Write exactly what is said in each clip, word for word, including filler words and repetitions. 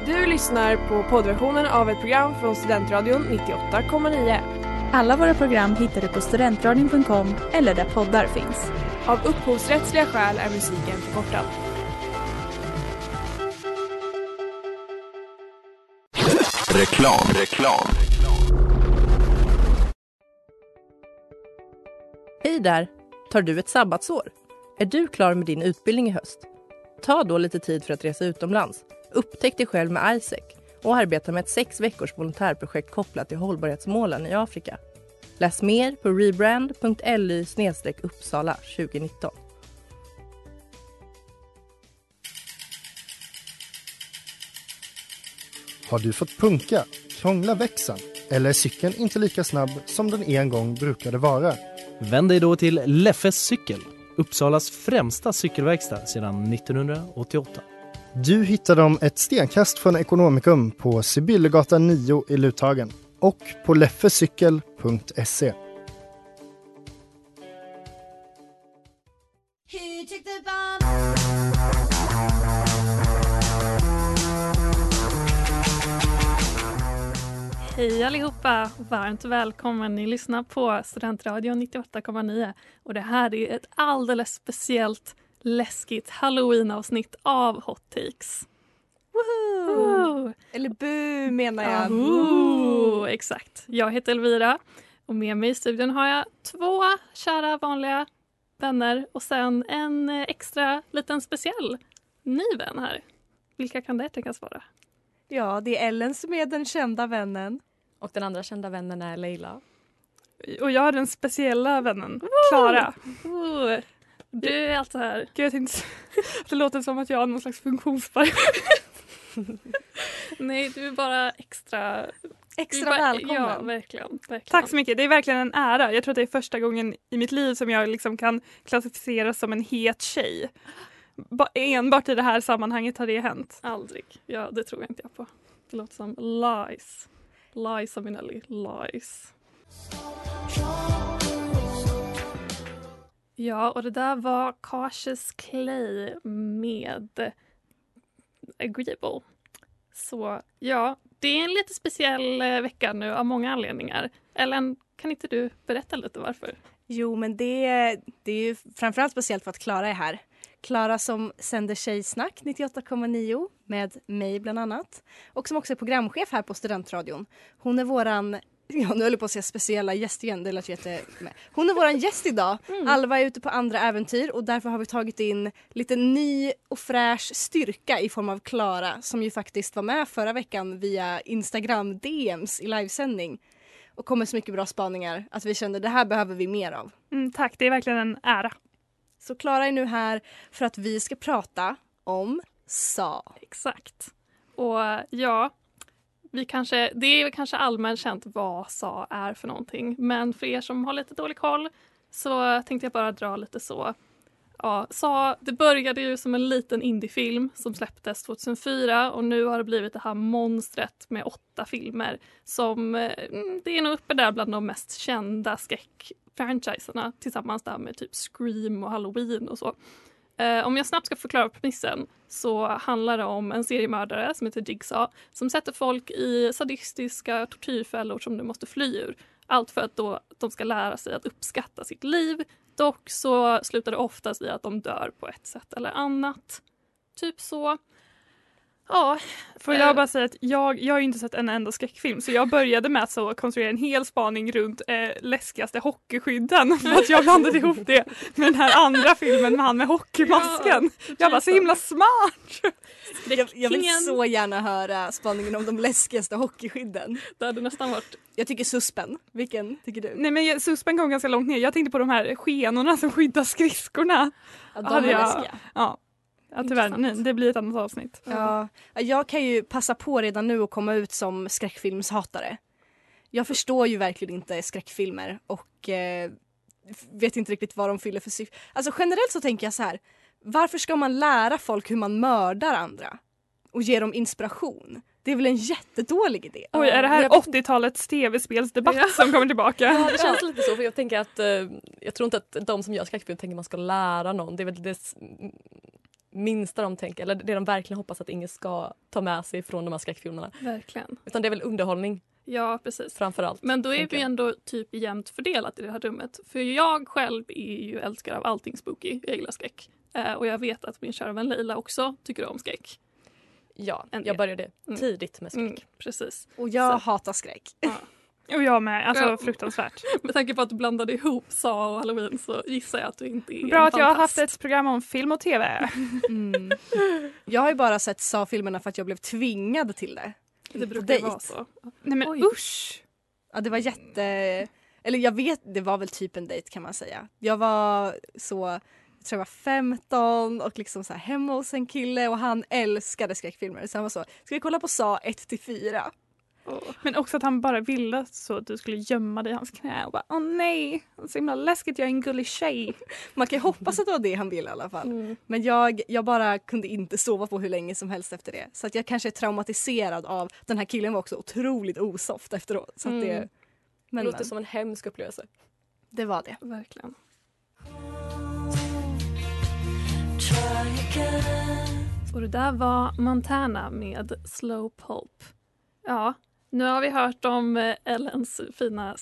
Du lyssnar på poddversionen av ett program från Studentradion nittioåtta komma nio. Alla våra program hittar du på studentradion punkt com eller där poddar finns. Av upphovsrättsliga skäl är musiken förkortad. Reklam, reklam. Hej där! Tar du ett sabbatsår? Är du klar med din utbildning i höst? Ta då lite tid för att resa utomlands. Upptäck dig själv med Isaac och arbeta med ett sex veckors volontärprojekt kopplat till hållbarhetsmålen i Afrika. Läs mer på rebrand punkt l y slash uppsala tjugonitton. Har du fått punka, krångla växeln eller är cykeln inte lika snabb som den en gång brukade vara? Vänd dig då till Leffes cykel, Uppsalas främsta cykelverkstad sedan nittonhundraåttioåtta. Du hittar dem ett stenkast från Ekonomikum på Sibyllegatan nio i Luthagen och på leffecykel punkt se. Hej allihopa, varmt välkommen. Ni lyssnar på Studentradion nittioåtta komma nio och det här är ett alldeles speciellt läskigt Halloween-avsnitt av Hot Takes. Woho! Eller bu menar jag. Woho! Exakt. Jag heter Elvira och med mig i studion har jag två kära vanliga vänner och sen en extra liten speciell ny vän här. Vilka kan det tänkas vara? Ja, det är Ellen som är den kända vännen. Och den andra kända vännen är Leila. Och jag är den speciella vännen, Klara. Oh. Du är alltså här. Gud, jag tänkte, det låter som att jag har någon slags funktionsvariant. Nej, du är bara extra... Extra bara, välkommen. Ja, verkligen, verkligen. Tack så mycket. Det är verkligen en ära. Jag tror att det är första gången i mitt liv som jag liksom kan klassificeras som en het tjej. Ba- enbart i det här sammanhanget har det hänt. Aldrig. Ja, det tror jag inte jag på. Det låter som lies. Lies of Minelli. Lies. Ja, och det där var Cautious Clay med Agreeable. Så ja, det är en lite speciell vecka nu av många anledningar. Ellen, kan inte du berätta lite varför? Jo, men det, det är ju framförallt speciellt för att Klara är här. Klara som sänder Tjejsnack nittioåtta komma nio med mig bland annat. Och som också är programchef här på Studentradion. Hon är våran, ja nu höll jag på att säga speciella gäst igen, det lät jätte med. Hon är våran gäst idag. Mm. Alva är ute på andra äventyr och därför har vi tagit in lite ny och fräsch styrka i form av Klara. Som ju faktiskt var med förra veckan via Instagram D Ms i livesändning. Och kommer så mycket bra spaningar att vi kände det här behöver vi mer av. Mm, tack, det är verkligen en ära. Så Klara är nu här för att vi ska prata om S A. Exakt. Och ja, vi kanske, det är kanske allmänt känt vad S A är för någonting. Men för er som har lite dålig koll så tänkte jag bara dra lite så. Ja, S A, det började ju som en liten indiefilm som släpptes tjugohundrafyra och nu har det blivit det här monstret med åtta filmer som det är nog uppe där bland de mest kända skräckfranchiserna tillsammans där med typ Scream och Halloween och så. Eh, om jag snabbt ska förklara premissen så handlar det om en seriemördare som heter Jigsaw som sätter folk i sadistiska tortyrfällor som de måste fly ur. Allt för att då de ska lära sig att uppskatta sitt liv. Dock så slutar det oftast i att de dör på ett sätt eller annat. Typ så. Ja. Får jag bara säga att jag, jag har ju inte sett en enda skräckfilm så jag började med att så konstruera en hel spaning runt eh, läskigaste hockeyskydden för att jag blandade ihop det med den här andra filmen med han med hockeymasken. Ja, jag var så himla smart! Jag, jag vill så gärna höra spaningen om de läskigaste hockeyskydden. Det hade nästan varit... Jag tycker suspen. Vilken tycker du? Nej men suspen kom ganska långt ner. Jag tänkte på de här skenorna som skyddar skridskorna. Ja, de är jag, läskiga. Ja. Ja, tyvärr. Nej, det blir ett annat avsnitt. Ja, jag kan ju passa på redan nu att komma ut som skräckfilmshatare. Jag förstår ju verkligen inte skräckfilmer och eh, vet inte riktigt vad de fyller för syfte. Alltså generellt så tänker jag så här. Varför ska man lära folk hur man mördar andra? Och ge dem inspiration? Det är väl en jättedålig idé. Oj, är det här åttiotalets tv-spelsdebatt ja. som kommer tillbaka? Ja, det känns lite så. För jag tänker att, eh, jag tror inte att de som gör skräckfilm tänker att man ska lära någon. Det är väl det minsta de tänker, eller det de verkligen hoppas att ingen ska ta med sig från de här skräckfilmerna. Verkligen. Utan det är väl underhållning. Ja, precis. Framförallt. Men då är tänker vi jag. ändå typ jämnt fördelat i det här rummet. För jag själv är ju älskare av allting spooky. Jag gillar skräck. Eh, och jag vet att min kära vän Leila också tycker om skräck. Ja, En del. jag började Mm. tidigt med skräck. Mm, precis. Och jag Så. hatar skräck. Och jag med, alltså Ja. fruktansvärt. Med tanke på att du blandade ihop Saw och Halloween så gissar jag att du inte är Bra en att jag har haft fantast. ett program om film och tv. Mm. Jag har ju bara sett Saw-filmerna för att jag blev tvingad till det. Det brukar dejt. vara så. Nej men Oj. usch! Ja, det var jätte... Eller jag vet, det var väl typ en dejt kan man säga. Jag var så... Jag tror jag var femton och liksom så här hemma hos en kille och han älskade skräckfilmer. Så han var så, ska vi kolla på Saw ett till fyra? Men också att han bara ville så att du skulle gömma dig i hans knä och bara åh nej, så himla läskigt, jag är en gullig tjej. Man kan ju hoppas att det var det han ville i alla fall. Mm. Men jag, jag bara kunde inte sova på hur länge som helst efter det. Så att jag kanske är traumatiserad av, den här killen var också otroligt osoft efteråt. Så att det, Mm. Det men, låter men, som en hemsk upplevelse. det var det. Verkligen. Och det där var Montana med Slow Pulp. Ja, nu har vi hört om eh, Ellens fina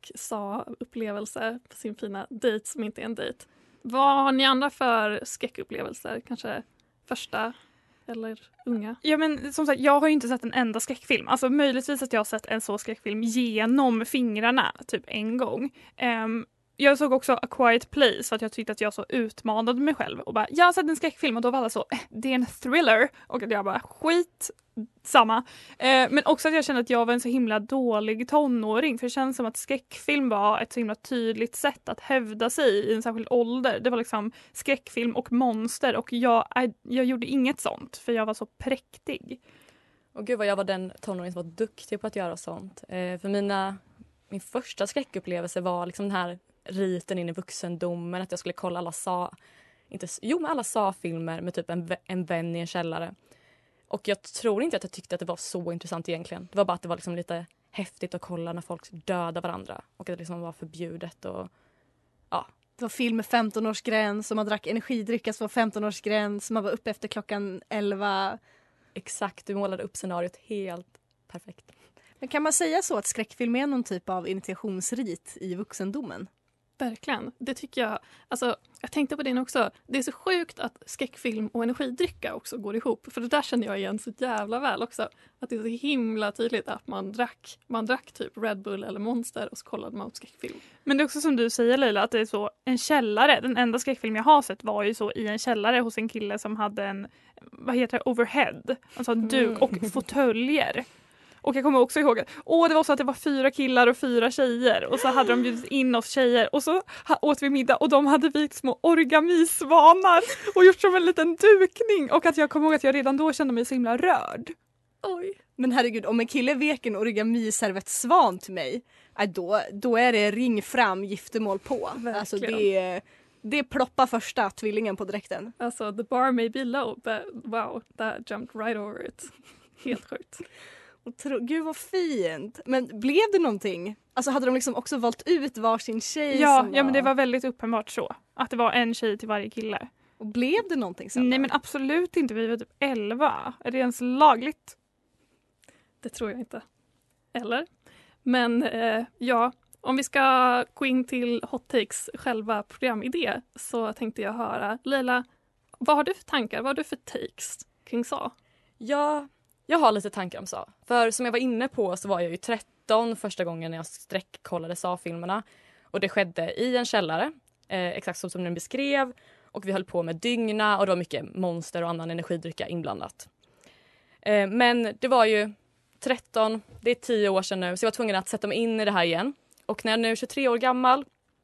skräck-sa-upplevelse på sin fina dejt som inte är en dejt. Vad har ni andra för skräckupplevelser? Kanske första eller unga? Ja men som sagt, jag har ju inte sett en enda skräckfilm. Alltså möjligtvis att jag har sett en så skräckfilm genom fingrarna typ en gång. Um, jag såg också A Quiet Place för att jag tyckte att jag så utmanade mig själv och bara, jag har sett en skräckfilm och då var alla så, eh, det är en thriller och att jag bara, skit samma. Eh, men också att jag kände att jag var en så himla dålig tonåring för det känns som att skräckfilm var ett så himla tydligt sätt att hävda sig i en särskild ålder. Det var liksom skräckfilm och monster och jag, jag, jag gjorde inget sånt för jag var så präktig. Och gud vad jag var den tonåringen som var duktig på att göra sånt. Eh, för mina, min första skräckupplevelse var liksom den här riten in i vuxendomen. Att jag skulle kolla alla sa, inte, jo, men alla sa-filmer med typ en, en vän i en källare. Och jag tror inte att jag tyckte att det var så intressant egentligen. Det var bara att det var liksom lite häftigt att kolla när folk dödar varandra. Och att det liksom var förbjudet och ja. Det var film med femton-årsgräns och man drack energidryck som var femton-årsgräns. Man var uppe efter klockan elva. Exakt, du målade upp scenariot helt perfekt. Men kan man säga så att skräckfilm är någon typ av initiationsrit i vuxendomen? Verkligen. Det tycker jag. Alltså, jag tänkte på det också. Det är så sjukt att skräckfilm och energidricka också går ihop. För det där känner jag igen så jävla väl också. Att det är så himla tydligt att man drack, man drack typ Red Bull eller Monster och så kollade man på skräckfilm. Men det är också som du säger Leila, att det är så en källare. Den enda skräckfilm jag har sett var ju så i en källare hos en kille som hade en, vad heter det, overhead. Alltså en duk och fåtöljer. Och jag kommer också ihåg att åh, det var så att det var fyra killar och fyra tjejer. Och så hade de bjudit in oss tjejer. Och så ha, åt vi middag och de hade vikt små origamisvanar. Och gjort som en liten dukning. Och att jag kommer ihåg att jag redan då kände mig så himla rörd. Oj. Men herregud, om en kille vek en origamiservettsvan till mig, äh, då, då är det ring fram, giftermål på. Verkligen. Alltså det, det ploppar första tvillingen på dräkten. Alltså, the bar may be low, but wow, that jumped right over it. Helt sjukt. Och tro, gud vad fint. Men blev det någonting? Alltså hade de liksom också valt ut varsin tjej? Ja, som ja men det var väldigt uppenbart så. Att det var en tjej till varje kille. Och blev det någonting sen? Nej då? men absolut inte, vi var typ elva. Är det ens lagligt? Det tror jag inte. Eller? Men eh, ja, om vi ska gå in till Hot Takes själva programidé så tänkte jag höra, Leila, vad har du för tankar? Vad har du för takes kring Saw? Ja, jag har lite tankar om Saw. För som jag var inne på så var jag ju tretton första gången när jag sträckkollade Saw-filmerna. Och det skedde i en källare, eh, exakt så som den beskrev. Och vi höll på med dygna och det var mycket monster och annan energidrycka inblandat. Eh, men det var ju tretton, det är tio år sedan nu, så jag var tvungen att sätta mig in i det här igen. Och när jag nu är tjugotre år gammal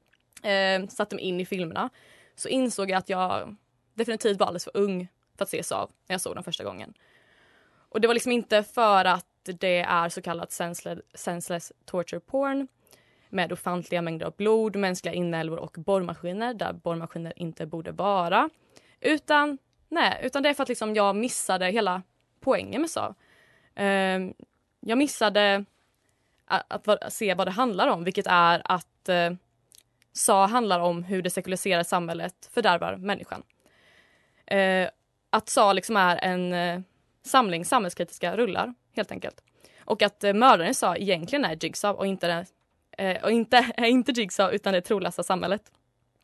eh, satte mig in i filmerna så insåg jag att jag definitivt var alldeles för ung för att se Saw när jag såg den första gången. Och det var liksom inte för att det är så kallat senseless, senseless torture porn med ofantliga mängder av blod, mänskliga inälvor och borrmaskiner där borrmaskiner inte borde vara. Utan, nej, utan det är för att liksom jag missade hela poängen med Saw. Uh, jag missade att, att, att se vad det handlar om, vilket är att uh, Saw handlar om hur det sekuläriserade samhället fördärvar människan. Uh, att Saw liksom är en eh, samling samhällskritiska rullar helt enkelt. Och att eh, mördaren i Saw egentligen är Jigsaw och inte, eh, och inte, är inte Jigsaw utan det trolösa samhället.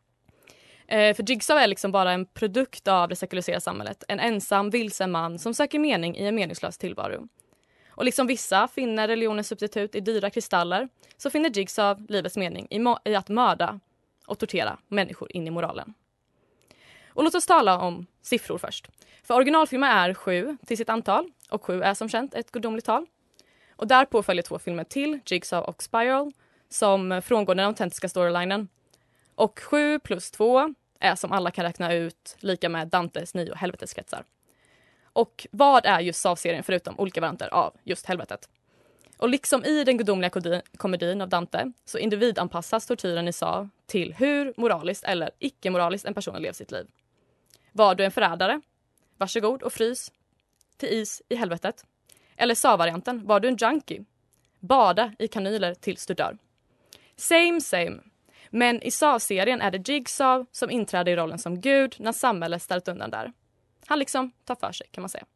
Eh, för Jigsaw är liksom bara en produkt av det sekulariserade samhället. En ensam, vilsen man som söker mening i en meningslös tillvaro. Och liksom vissa finner religionens substitut i dyra kristaller så finner Jigsaw livets mening i, mo- i att mörda och tortera människor in i moralen. Och låt oss tala om siffror först. För originalfilmer är sju till sitt antal och sju är som känt ett gudomligt tal. Och därpå följer två filmer till, Jigsaw och Spiral, som frångår den autentiska storylinen. Och sju plus två är som alla kan räkna ut lika med Dantes nio helveteskretsar. Och vad är just Saw-serien förutom olika varianter av just helvetet? Och liksom i den gudomliga komedin av Dante så individanpassas tortyren i Saw till hur moraliskt eller icke-moraliskt en person lever sitt liv. Var du en förrädare? Varsågod och frys till is i helvetet. Eller Saw-varianten, var du en junkie? Bada i kanyler tills du dör. Same, same. Men i Saw-serien är det Jigsaw som inträder i rollen som Gud när samhället ställt undan där. Han liksom tar för sig kan man säga.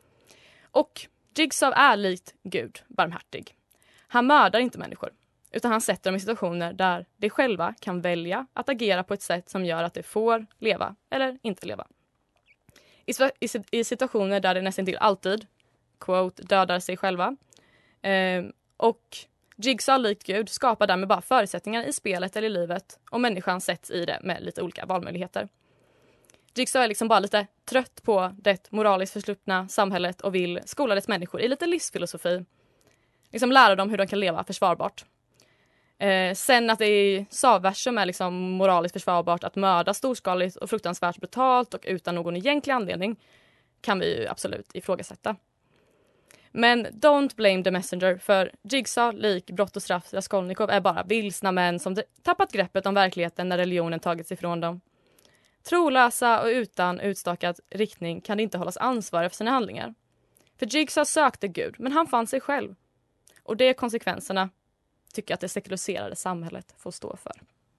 Och Jigsaw är likt Gud, barmhärtig. Han mördar inte människor, utan han sätter dem i situationer där de själva kan välja att agera på ett sätt som gör att de får leva eller inte leva. I, i, i situationer där de nästan till alltid, quote, dödar sig själva. Eh, och Jigsaw likt Gud skapar därmed bara förutsättningar i spelet eller i livet och människan sätts i det med lite olika valmöjligheter. Jigsaw är liksom bara lite trött på det moraliskt försluppna samhället och vill skola dess människor i lite livsfilosofi. Liksom lära dem hur de kan leva försvarbart. Eh, sen att det i Saw-versum är liksom moraliskt försvarbart att mörda storskaligt och fruktansvärt brutalt och utan någon egentlig anledning kan vi ju absolut ifrågasätta. Men don't blame the messenger, för Jigsaw, lik Brott och straff Raskolnikov, är bara vilsna män som tappat greppet om verkligheten när religionen tagits ifrån dem. Trolösa och utan utstakad riktning kan de inte hållas ansvariga för sina handlingar. För Jigsaw sökte Gud, men han fann sig själv. Och det är konsekvenserna tycker jag att det sekulariserade samhället får stå för.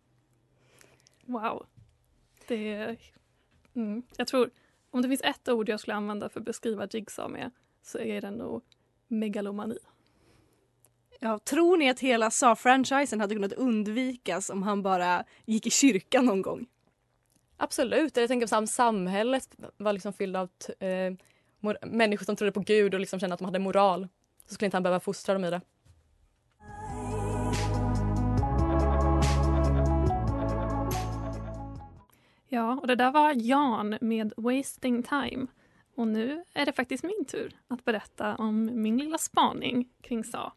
Wow. Det, mm, jag tror, om det finns ett ord jag skulle använda för att beskriva Jigsaw med så är det nog megalomani. Ja, tror ni att hela Saw-franchisen hade kunnat undvikas om han bara gick i kyrkan någon gång? Absolut. Jag tänker att samhället var liksom fylld av t- eh, mor- människor som trodde på Gud och liksom kände att de hade moral. Så skulle inte han behöva fostra dem i det. Ja, och det där var Jan med Wasting Time. Och nu är det faktiskt min tur att berätta om min lilla spaning kring Saw.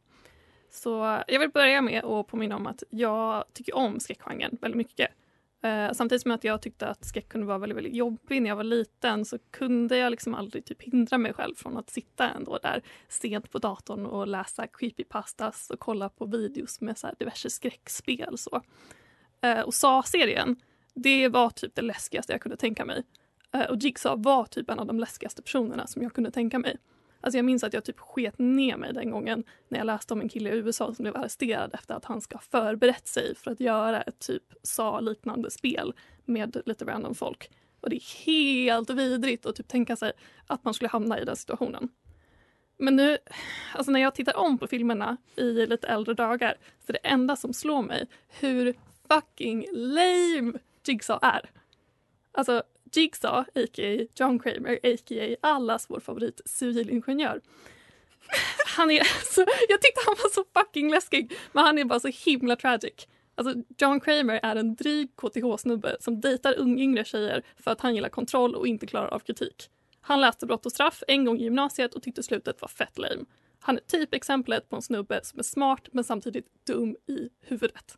Så jag vill börja med att påminna om att jag tycker om skräckgenren väldigt mycket. Uh, samtidigt som att jag tyckte att skräck kunde vara väldigt, väldigt jobbig när jag var liten så kunde jag liksom aldrig typ hindra mig själv från att sitta ändå där sent på datorn och läsa creepypastas och kolla på videos med så här diverse skräckspel. Så. Uh, och Saw-serien, det var typ det läskigaste jag kunde tänka mig. Uh, och Jigsaw var typ en av de läskigaste personerna som jag kunde tänka mig. Alltså jag minns att jag typ sket ner mig den gången när jag läste om en kille i U S A som blev arresterad efter att han ska ha förberett sig för att göra ett typ Saw-liknande spel med lite random folk. Och det är helt vidrigt att typ tänka sig att man skulle hamna i den situationen. Men nu, alltså när jag tittar om på filmerna i lite äldre dagar så är det enda som slår mig hur fucking lame Jigsaw är. Alltså Jigsaw, a k a. John Kramer, a k a allas vår favorit civilingenjör. Han är så, jag tyckte han var så fucking läskig, men han är bara så himla tragic. Alltså John Kramer är en dryg K T H-snubbe som dejtar unga yngre tjejer för att han gillar kontroll och inte klarar av kritik. Han läste Brott och straff en gång i gymnasiet och tyckte slutet var fett lame. Han är typ exemplet på en snubbe som är smart men samtidigt dum i huvudet.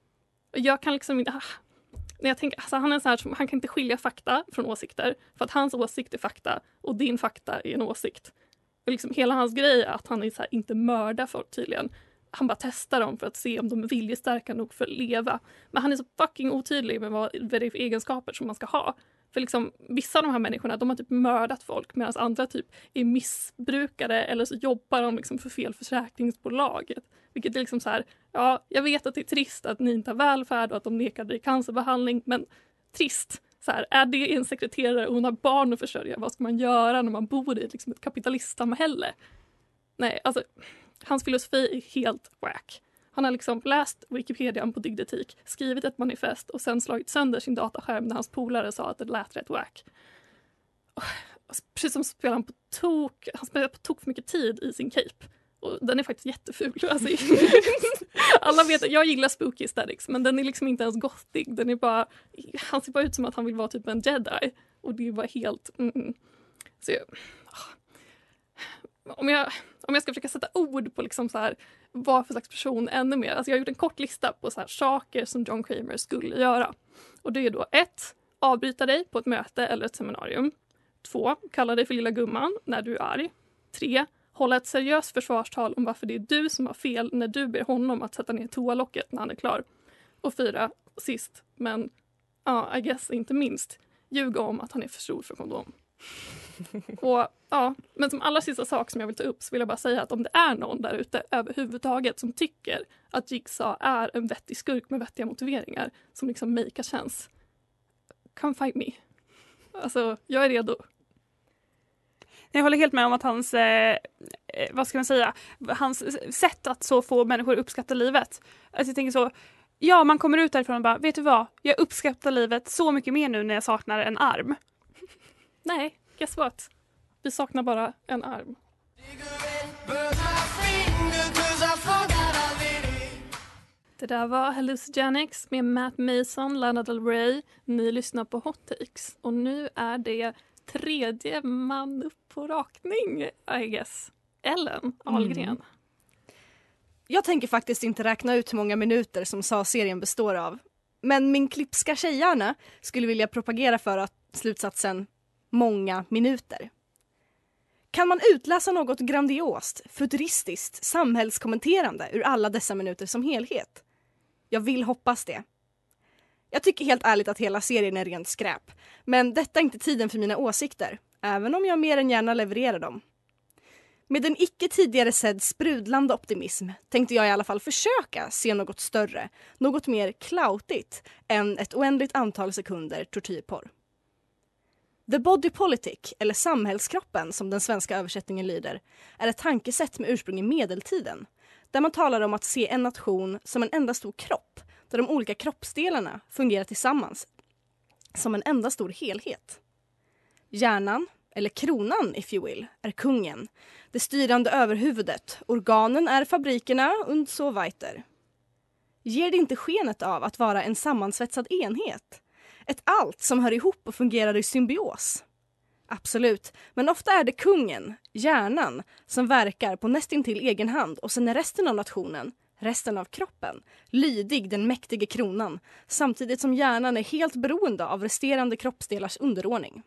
Jag kan liksom inte... När jag tänker, alltså han är så här, han kan inte skilja fakta från åsikter för att hans åsikt är fakta och din fakta är en åsikt. Och liksom hela hans grej är att han är så här, inte mördar folk tydligen. Han bara testar dem för att se om de är viljestarka nog för att leva. Men han är så fucking otydlig med vad det är för egenskaper som man ska ha. För liksom, vissa av de här människorna, de har typ mördat folk medan andra typ är missbrukare eller så jobbar de liksom för fel försäkringsbolag. Vilket är liksom så här, ja, jag vet att det är trist att ni inte har välfärd och att de nekar dig cancerbehandling, men trist. Så här, är det en sekreterare och hon har barn att försörja? Vad ska man göra när man bor i liksom ett kapitalistsamhälle? Nej, alltså hans filosofi är helt wack. Han har liksom läst Wikipedia på dygdetik, skrivit ett manifest och sen slagit sönder sin dataskärm när hans polare sa att det lät rätt wack. Precis som spelar han på tok, han spelar på tok för mycket tid i sin cape. Och den är faktiskt jätteful. Alltså, alla vet att jag gillar spooky aesthetics, men den är liksom inte ens gottig. Den är bara, han ser bara ut som att han vill vara typ en jedi. Och det var helt... Mm. Så jag, om, jag, om jag ska försöka sätta ord på liksom så här, vad för slags person ännu mer. Alltså jag har gjort en kort lista på så här saker som John Kramer skulle göra. Och det är då ett, avbryta dig på ett möte eller ett seminarium. Två, kalla dig för lilla gumman när du är arg. Tre, hålla ett seriöst försvarstal om varför det är du som har fel när du ber honom att sätta ner toalocket när han är klar. Och fyra, sist, men ja, I guess inte minst, ljuga om att han är för stor för kondom. Och ja, men som allra sista sak som jag vill ta upp så vill jag bara säga att om det är någon där ute överhuvudtaget som tycker att Jigsaw är en vettig skurk med vettiga motiveringar som liksom make a sense, come fight me. Alltså, jag är redo. Jag håller helt med om att hans, eh, vad ska man säga, hans sätt att så få människor uppskatta livet. Alltså jag tänker så, ja man kommer ut därifrån och bara, vet du vad, jag uppskattar livet så mycket mer nu när jag saknar en arm. Nej, guess what? Vi saknar bara en arm. Det där var Hallucigenics med Matt Mason, Lana Del Rey. Ni lyssnar på Hot Takes. Och nu är det tredje man upp på rakning, I guess. Ellen Ahlgren. Mm. Jag tänker faktiskt inte räkna ut hur många minuter som Saw-serien består av. Men min klipska tjejhjärna skulle vilja propagera för att slutsatsen många minuter. Kan man utläsa något grandiost, futuristiskt, samhällskommenterande ur alla dessa minuter som helhet? Jag vill hoppas det. Jag tycker helt ärligt att hela serien är rent skräp. Men detta är inte tiden för mina åsikter, även om jag mer än gärna levererar dem. Med en icke tidigare sedd sprudlande optimism tänkte jag i alla fall försöka se något större, något mer cloutigt än ett oändligt antal sekunder tortyrporr. The Body Politic, eller samhällskroppen som den svenska översättningen lyder, är ett tankesätt med ursprung i medeltiden, där man talar om att se en nation som en enda stor kropp, där de olika kroppsdelarna fungerar tillsammans som en enda stor helhet. Hjärnan, eller kronan if you will, är kungen, det styrande överhuvudet, organen är fabrikerna und so weiter. Ger det inte skenet av att vara en sammansvetsad enhet? Ett allt som hör ihop och fungerar i symbios? Absolut, men ofta är det kungen, hjärnan, som verkar på nästintill egen hand och sen är resten av nationen, resten av kroppen, lydig den mäktige kronan, samtidigt som hjärnan är helt beroende av resterande kroppsdelars underordning.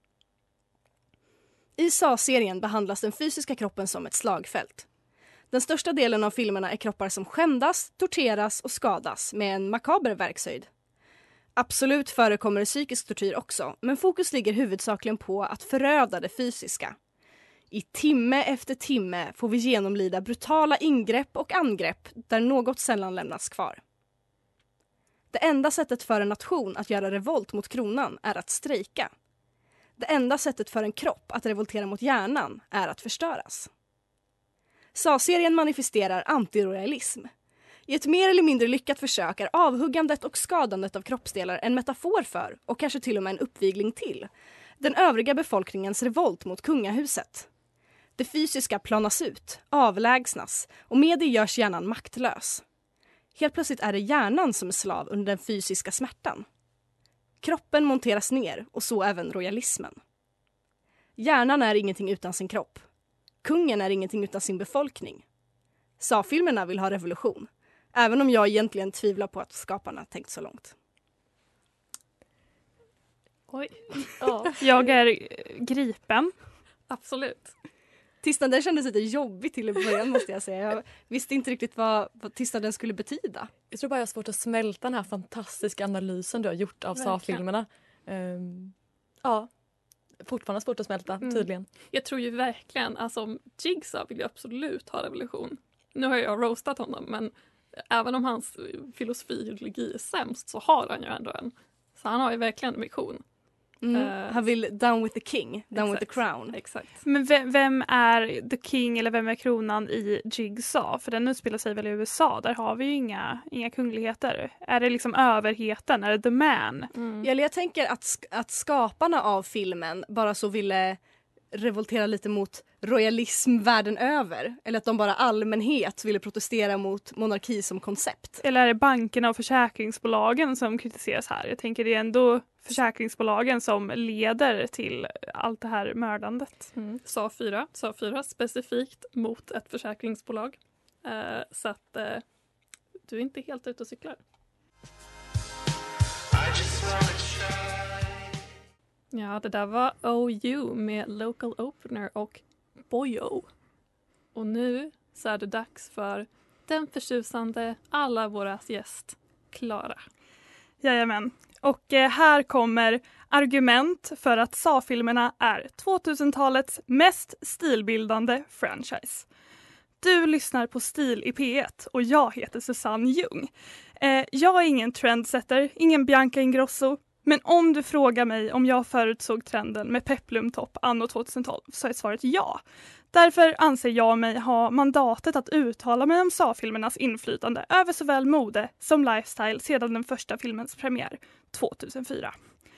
I Saw-serien behandlas den fysiska kroppen som ett slagfält. Den största delen av filmerna är kroppar som skändas, torteras och skadas med en makaber verkshöjd. Absolut förekommer psykisk tortyr också, men fokus ligger huvudsakligen på att föröda det fysiska. I timme efter timme får vi genomlida brutala ingrepp och angrepp där något sällan lämnas kvar. Det enda sättet för en nation att göra revolt mot kronan är att strejka. Det enda sättet för en kropp att revoltera mot hjärnan är att förstöras. Saw-serien manifesterar antiroyalism. I ett mer eller mindre lyckat försök är avhuggandet och skadandet av kroppsdelar en metafor för, och kanske till och med en uppvigling till, den övriga befolkningens revolt mot kungahuset. Det fysiska planas ut, avlägsnas och med det görs hjärnan maktlös. Helt plötsligt är det hjärnan som är slav under den fysiska smärtan. Kroppen monteras ner och så även royalismen. Hjärnan är ingenting utan sin kropp. Kungen är ingenting utan sin befolkning. Saw-filmerna vill ha revolution. Även om jag egentligen tvivlar på att skaparna tänkt så långt. Oj. Ja. Jag är gripen. Absolut. Tystnaden kändes lite jobbig till i början måste jag säga. Jag visste inte riktigt vad, vad tystnaden skulle betyda. Jag tror bara jag har svårt att smälta den här fantastiska analysen du har gjort av Saw-filmerna. Um, ja, fortfarande svårt att smälta, mm. tydligen. Jag tror ju verkligen, alltså Jigsaw vill ju absolut ha revolution. Nu har jag roastat honom, men även om hans filosofi och ideologi är sämst så har han ju ändå en. Så han har ju verkligen en vision. Mm. Uh, Han vill down with the king, down exakt. with the crown. Exakt. Men vem, vem är the king eller vem är kronan i Jigsaw? För den utspelar sig väl i U S A, där har vi ju inga, inga kungligheter. Är det liksom överheten, är det the man? Mm. Ja, jag tänker att, sk- att skaparna av filmen bara så ville revoltera lite mot royalism världen över. Eller att de bara allmänhet ville protestera mot monarki som koncept. Eller är det bankerna och försäkringsbolagen som kritiseras här? Jag tänker det är ändå försäkringsbolagen som leder till allt det här mördandet. Mm. Sa fyra, sa fyra specifikt mot ett försäkringsbolag. Uh, så att uh, du är inte helt ute och cyklar. Ja, det där var O U med Local Opener och Boyo. Och nu så är det dags för den förtjusande alla våras gäst, Klara. Jajamän. Och eh, här kommer argument för att Saw-filmerna är tvåtusentalets mest stilbildande franchise. Du lyssnar på Stil i P ett och jag heter Susanne Ljung. Eh, jag är ingen trendsetter, ingen Bianca Ingrosso. Men om du frågar mig om jag förutsåg trenden med peplumtopp anno tjugohundratolv så är svaret ja. Därför anser jag mig ha mandatet att uttala mig om Saw-filmernas inflytande över såväl mode som lifestyle sedan den första filmens premiär tvåtusenfyra.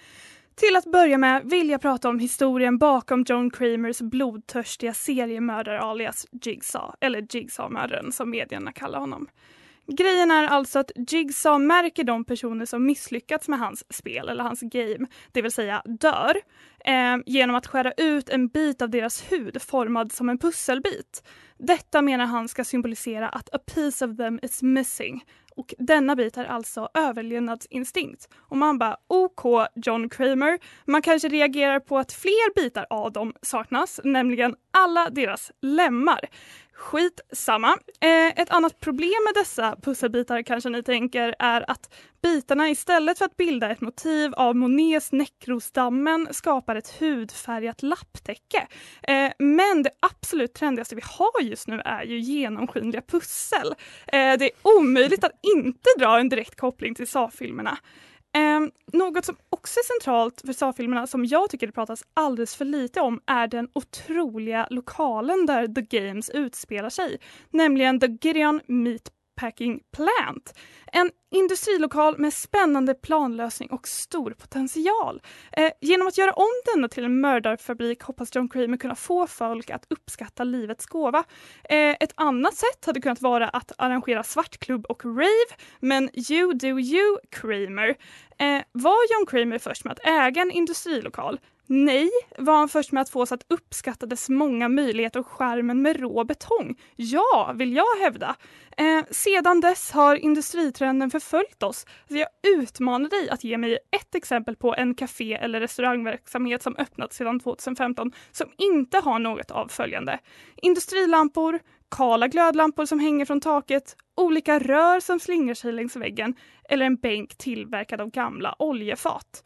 Till att börja med vill jag prata om historien bakom John Kramers blodtörstiga seriemördare alias Jigsaw, eller Jigsaw-mördaren som medierna kallar honom. Grejen är alltså att Jigsaw märker de personer som misslyckats med hans spel eller hans game, det vill säga dör, eh, genom att skära ut en bit av deras hud formad som en pusselbit. Detta menar han ska symbolisera att a piece of them is missing. Och denna bit är alltså överlevnadsinstinkt. Och man bara, OK John Kramer, man kanske reagerar på att fler bitar av dem saknas, nämligen alla deras lemmar. Skit samma. Eh, ett annat problem med dessa pusselbitar kanske ni tänker är att bitarna istället för att bilda ett motiv av Monets Näckrosdammen skapar ett hudfärgat lapptäcke. Eh, men det absolut trendigaste vi har just nu är ju genomskinliga pussel. Eh, det är omöjligt att inte dra en direkt koppling till Saw-filmerna. Eh, något som också är centralt för Saw-filmerna som jag tycker det pratas alldeles för lite om är den otroliga lokalen där The Games utspelar sig, nämligen The Gideon Meatpacking Plant. En industrilokal med spännande planlösning och stor potential. Eh, genom att göra om denna till en mördarfabrik hoppas John Kramer kunna få folk att uppskatta livets gåva. Eh, ett annat sätt hade kunnat vara att arrangera svartklubb och rave, men you do you, Kramer. Eh, var John Kramer först med att äga en industrilokal? Nej, var han först med att få oss att uppskatta dess många möjligheter och skärmen med rå betong? Ja, vill jag hävda. Eh, sedan dess har industritrenden förföljt oss. Så jag utmanar dig att ge mig ett exempel på en café- eller restaurangverksamhet som öppnat sedan tjugohundrafemton som inte har något av följande. Industrilampor, kala glödlampor som hänger från taket, olika rör som slingrar sig längs väggen eller en bänk tillverkad av gamla oljefat.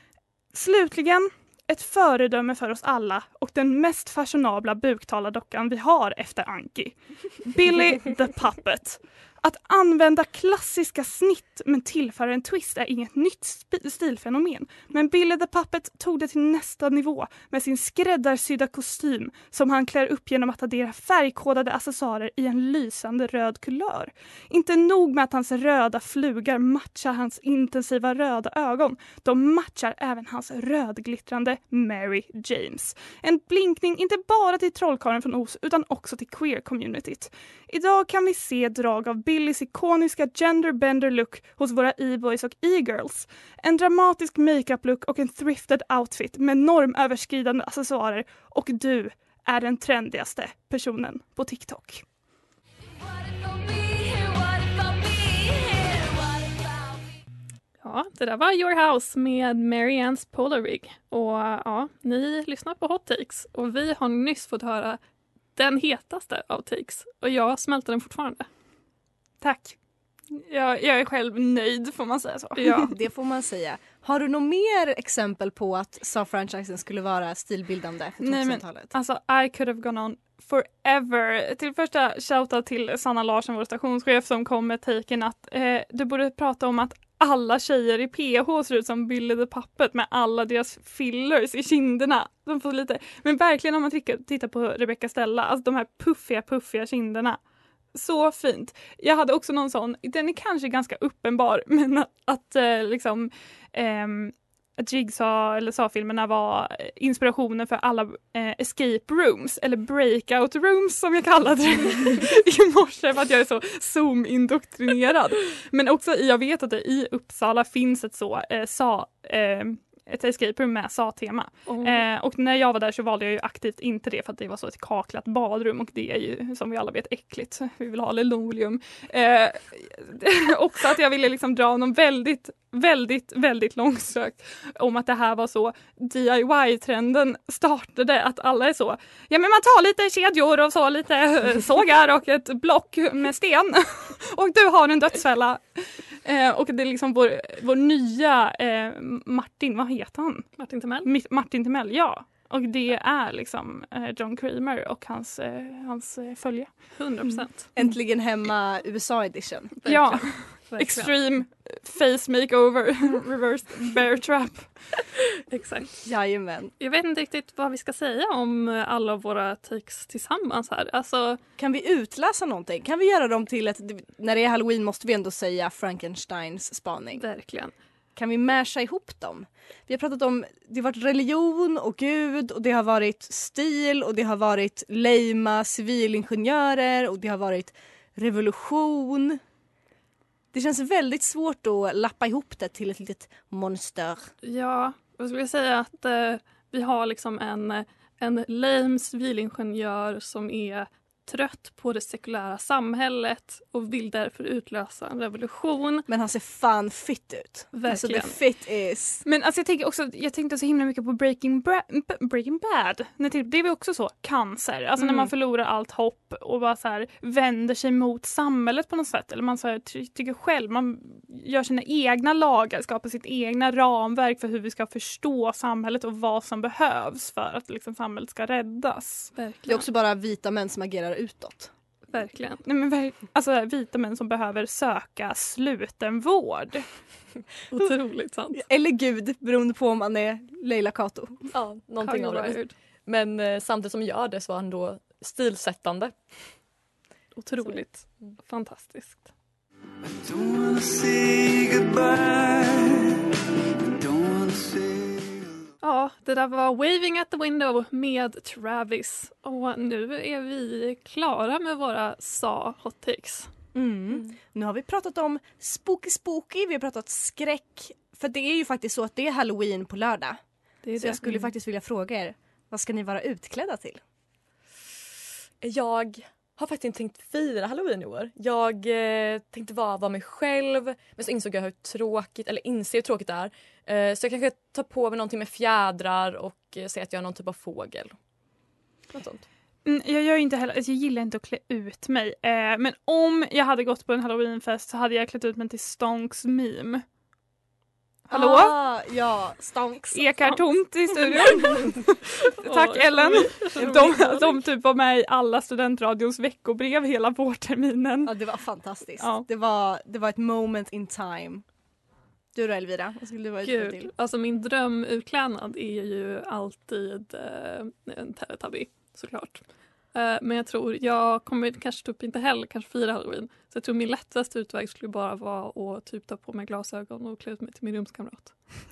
Slutligen, ett föredöme för oss alla och den mest fashionabla buktalardockan vi har efter Anki. Billy the Puppet. Att använda klassiska snitt men tillföra en twist är inget nytt sp- stilfenomen. Men Billy the Puppet tog det till nästa nivå med sin skräddarsydda kostym som han klär upp genom att addera färgkodade accessoarer i en lysande röd kulör. Inte nog med att hans röda flugar matchar hans intensiva röda ögon. De matchar även hans rödglittrande Mary James. En blinkning inte bara till trollkarlen från Oz utan också till queer-communityt. Idag kan vi se drag av Billys ikoniska genderbender look hos våra e-boys och e-girls. En dramatisk makeup-look och en thrifted outfit med normöverskridande accessoarer. Och du är den trendigaste personen på TikTok. Ja, det där var Your House med Mary Ann's Polarig. Och ja, ni lyssnar på Hot Takes och vi har nyss fått höra den hetaste av takes. Och jag smälter den fortfarande. Tack. Jag, jag är själv nöjd, får man säga så. Ja, det får man säga. Har du något mer exempel på att Saw-franchisen skulle vara stilbildande för tjugohundratalet? Alltså, I could have gone on forever. Till första shoutout till Sanna Larsson, vår stationschef, som kom med taken att eh, du borde prata om att alla tjejer i P H ser ut som Billy the Puppet med alla deras fillers i kinderna. De får lite, men verkligen om man tittar på Rebecca Stella, alltså de här puffiga, puffiga kinderna. Så fint. Jag hade också någon sån, den är kanske ganska uppenbar, men att, att eh, liksom ehm, att Jigsaw eller Saw-filmerna var inspirationen för alla eh, escape rooms eller breakout rooms som jag kallade det i morse för att jag är så Zoom-indoktrinerad. Men också jag vet att det i Uppsala finns ett så eh, Saw eh, ett escape room med Saw-tema. Oh. Eh, och när jag var där så valde jag ju aktivt inte det för att det var så ett kaklat badrum och det är ju som vi alla vet äckligt. Vi vill ha linoleum. Eh, också att jag ville liksom dra någon väldigt väldigt, väldigt långsökt om att det här var så D I Y-trenden startade, att alla är så, ja men man tar lite kedjor och så lite sågar och ett block med sten och du har en dödsfälla. Eh, och det är liksom vår, vår nya eh, Martin, vad heter han? Martin Timell. Mi- Martin Timell, ja. Och det är liksom eh, John Kramer och hans, eh, hans eh, följe. hundra procent. Mm. Äntligen hemma U S A edition. Ja. Verkligen. Extreme face makeover, reverse bear trap. Exakt. Jajamän. Jag vet inte riktigt vad vi ska säga om alla våra takes tillsammans här. Alltså, kan vi utläsa någonting? Kan vi göra dem till ett, när det är Halloween måste vi ändå säga Frankensteins spaning. Verkligen. Kan vi masha ihop dem? Vi har pratat om, det har varit religion och gud och det har varit stil och det har varit lejma civilingenjörer och det har varit revolution. Det känns väldigt svårt att lappa ihop det till ett litet monster. Ja, jag skulle säga att eh, vi har liksom en, en lame civilingenjör som är trött på det sekulära samhället och vill därför utlösa en revolution. Men han ser fan fit ut. Verkligen. Alltså the fit is. Men alltså jag tänker också, jag tänkte så himla mycket på Breaking, Bra- Breaking Bad. Det är väl också så, cancer. Alltså mm. när man förlorar allt hopp och bara så här vänder sig mot samhället på något sätt. Eller man så här, ty- tycker själv, man gör sina egna lagar, skapar sitt egna ramverk för hur vi ska förstå samhället och vad som behövs för att liksom, samhället ska räddas. Verkligen. Det är också bara vita män som agerar utåt. Verkligen. Nej, men ver- alltså vita män som behöver söka slutenvård. Otroligt sant. Eller gud, beroende på om man är Leila Kato. Ja, någonting av det. Men eh, samtidigt som gör det så var han då stilsättande. Otroligt. Mm. Fantastiskt. Ja, det där var Waving at the Window med Travis. Och nu är vi klara med våra Saw hot takes. Mm. Mm. Nu har vi pratat om spooky spooky, vi har pratat skräck. För det är ju faktiskt så att det är Halloween på lördag. Det är så det. jag skulle mm. faktiskt vilja fråga er, vad ska ni vara utklädda till? Jag har faktiskt inte tänkt fira Halloween i år. Jag eh, tänkte vara, vara mig själv. Men så insåg jag hur tråkigt, eller inser hur tråkigt det är. Eh, så jag kanske tar på mig någonting med fjädrar och eh, säger att jag är någon typ av fågel. Något sånt. Mm, jag gör inte heller, alltså jag gillar inte att klä ut mig. Eh, men om jag hade gått på en Halloweenfest så hade jag klätt ut mig till Stonks meme. Hallå? Ah, ja, Stonks. Ekar tomt i studion. Tack Ellen. De, de typ var med i alla studentradions veckobrev hela vårterminen. Ja, det var fantastiskt. Ja. Det, var, det var ett moment in time. Du då Elvira, vad skulle du vara ute till? Alltså min drömutklädnad är ju alltid eh, en Teletubby, såklart. Eh, men jag tror, jag kommer kanske typ inte heller kanske fira Halloween. Så jag tror min lättaste utväg skulle bara vara att typ ta på mig glasögon och klä ut mig till min rumskamrat.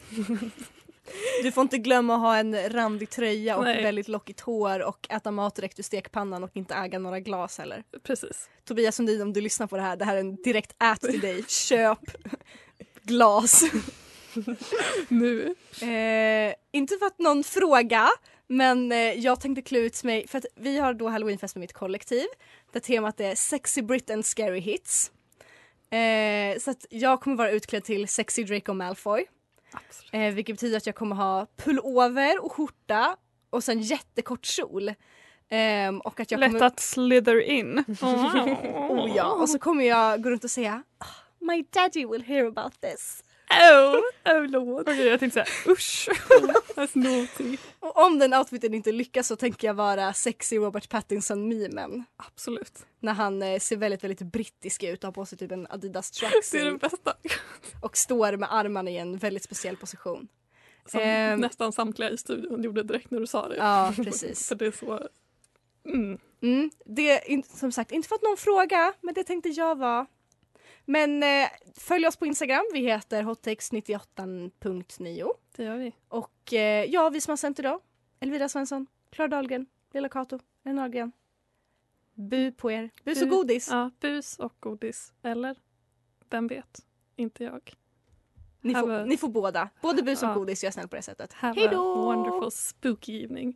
Du får inte glömma att ha en randig tröja och Nej. väldigt lockigt hår och äta mat direkt ur stekpannan och inte äga några glas heller. Precis. Tobias Sundin, om du lyssnar på det här, det här är en direkt ät till dig. Köp glas. Nu. Eh, inte för att någon fråga, men eh, jag tänkte klä ut mig för att vi har då Halloweenfest med mitt kollektiv där temat är Sexy Brit and Scary Hits. Eh, så att jag kommer vara utklädd till Sexy Draco Malfoy. Eh, vilket betyder att jag kommer ha pullover och skjorta och sen jättekort kjol. Eh, och att jag Lätt kommer... att slither in. oh ja, och så kommer jag gå runt och säga oh, My daddy will hear about this. Oh, oh lord. Okej, okay, jag tänkte såhär, usch. That's naughty. Och om den outfiten inte lyckas så tänker jag vara sexy Robert Pattinson-memen. Absolut. När han eh, ser väldigt, väldigt brittisk ut och har på sig typ en Adidas tracksuit. Det är det bästa. Och står med armarna i en väldigt speciell position. Som um, nästan samtliga i studion gjorde direkt när du sa det. Ja, precis. För det är så... Mm. Mm, det är som sagt inte fått någon fråga, men det tänkte jag vara. Men eh, följ oss på Instagram. Vi heter hottext nittioåtta punkt nio. Det gör vi. Och eh, ja, vi som har sänt idag. Elvira Svensson, Klara Dahlgren, Lilla Kato, Elin Ahlgren. Bu på er. Bus Bu, och godis. Ja, bus och godis. Eller, vem vet? Inte jag. Ni får, a... ni får båda. Både bus och ja. godis, jag är snäll på det sättet. Have Hej då! A wonderful spooky evening.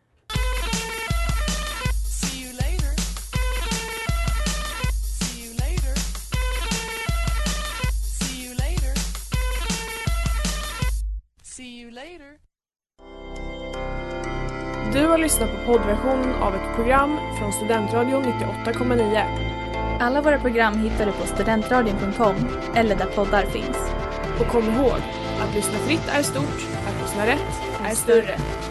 See you later. See you later. See you later. See you later. Du har lyssnat på poddversion av ett program från Studentradion nittioåtta komma nio. Alla våra program hittar du på studentradion punkt com eller där poddar finns. Och kom ihåg, att lyssna fritt är stort, att lyssna rätt är större.